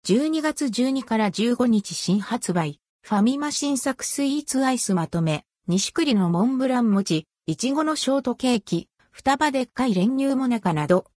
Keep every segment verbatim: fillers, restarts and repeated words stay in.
じゅうにがつじゅうにからじゅうごにち新発売。ファミマ新作スイーツアイスまとめ。西栗のモンブラン餅、いちごのショートケーキ、双葉でっかい練乳もなかなど。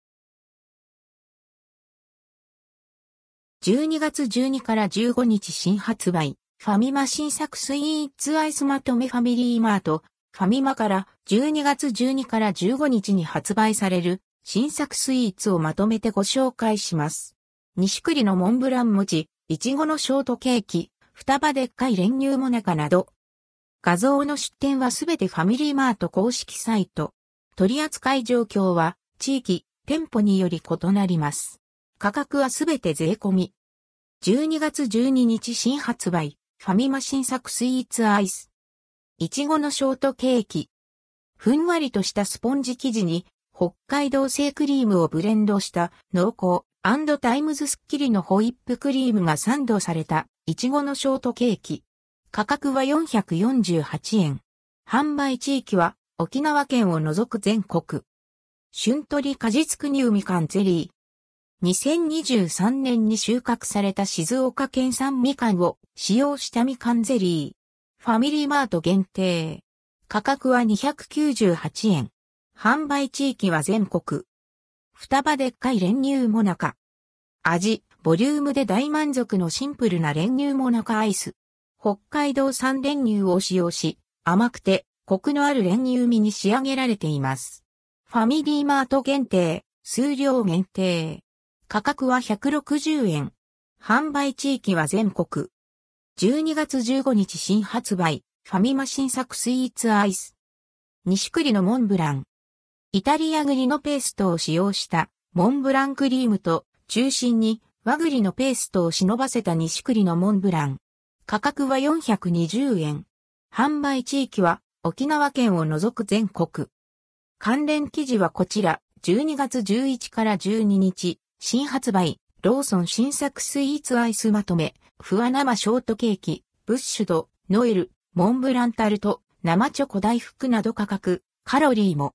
じゅうにがつじゅうにからじゅうごにち新発売。ファミマ新作スイーツアイスまとめファミリーマート。ファミマからじゅうにがつじゅうにからじゅうごにちに発売される新作スイーツをまとめてご紹介します。西栗のモンブラン餅、いちごのショートケーキ、双葉でっかい練乳もなかなど。画像の出店はすべてファミリーマート公式サイト。取扱状況は地域、店舗により異なります。価格はすべて税込み。じゅうにがつじゅうににち新発売、ファミマ新作スイーツアイス。いちごのショートケーキ。ふんわりとしたスポンジ生地に北海道製クリームをブレンドした濃厚&タイムズスッキリのホイップクリームがサンドされたいちごのショートケーキ。価格はよんひゃくよんじゅうはちえん。販売地域は沖縄県を除く全国。旬取り果実国みかんゼリー。にせんにじゅうさんねんに収穫された静岡県産みかんを使用したみかんゼリー。ファミリーマート限定。価格はにひゃくきゅうじゅうはちえん。販売地域は全国。双葉でっかい練乳もなか。味、ボリュームで大満足のシンプルな練乳もなかアイス。北海道産練乳を使用し、甘くてコクのある練乳味に仕上げられています。ファミリーマート限定、数量限定。価格はひゃくろくじゅうえん。販売地域は全国。じゅうにがつじゅうごにち新発売、ファミマ新作スイーツアイス。西栗のモンブラン。イタリア栗のペーストを使用したモンブランクリームと中心に和栗のペーストを忍ばせた西栗のモンブラン。価格はよんひゃくにじゅうえん。販売地域は沖縄県を除く全国。関連記事はこちら、じゅうにがつじゅういちからじゅうににち、新発売、ローソン新作スイーツアイスまとめ、ふわ生ショートケーキ、ブッシュド、ノエル、モンブランタルト、生チョコ大福など価格、カロリーも。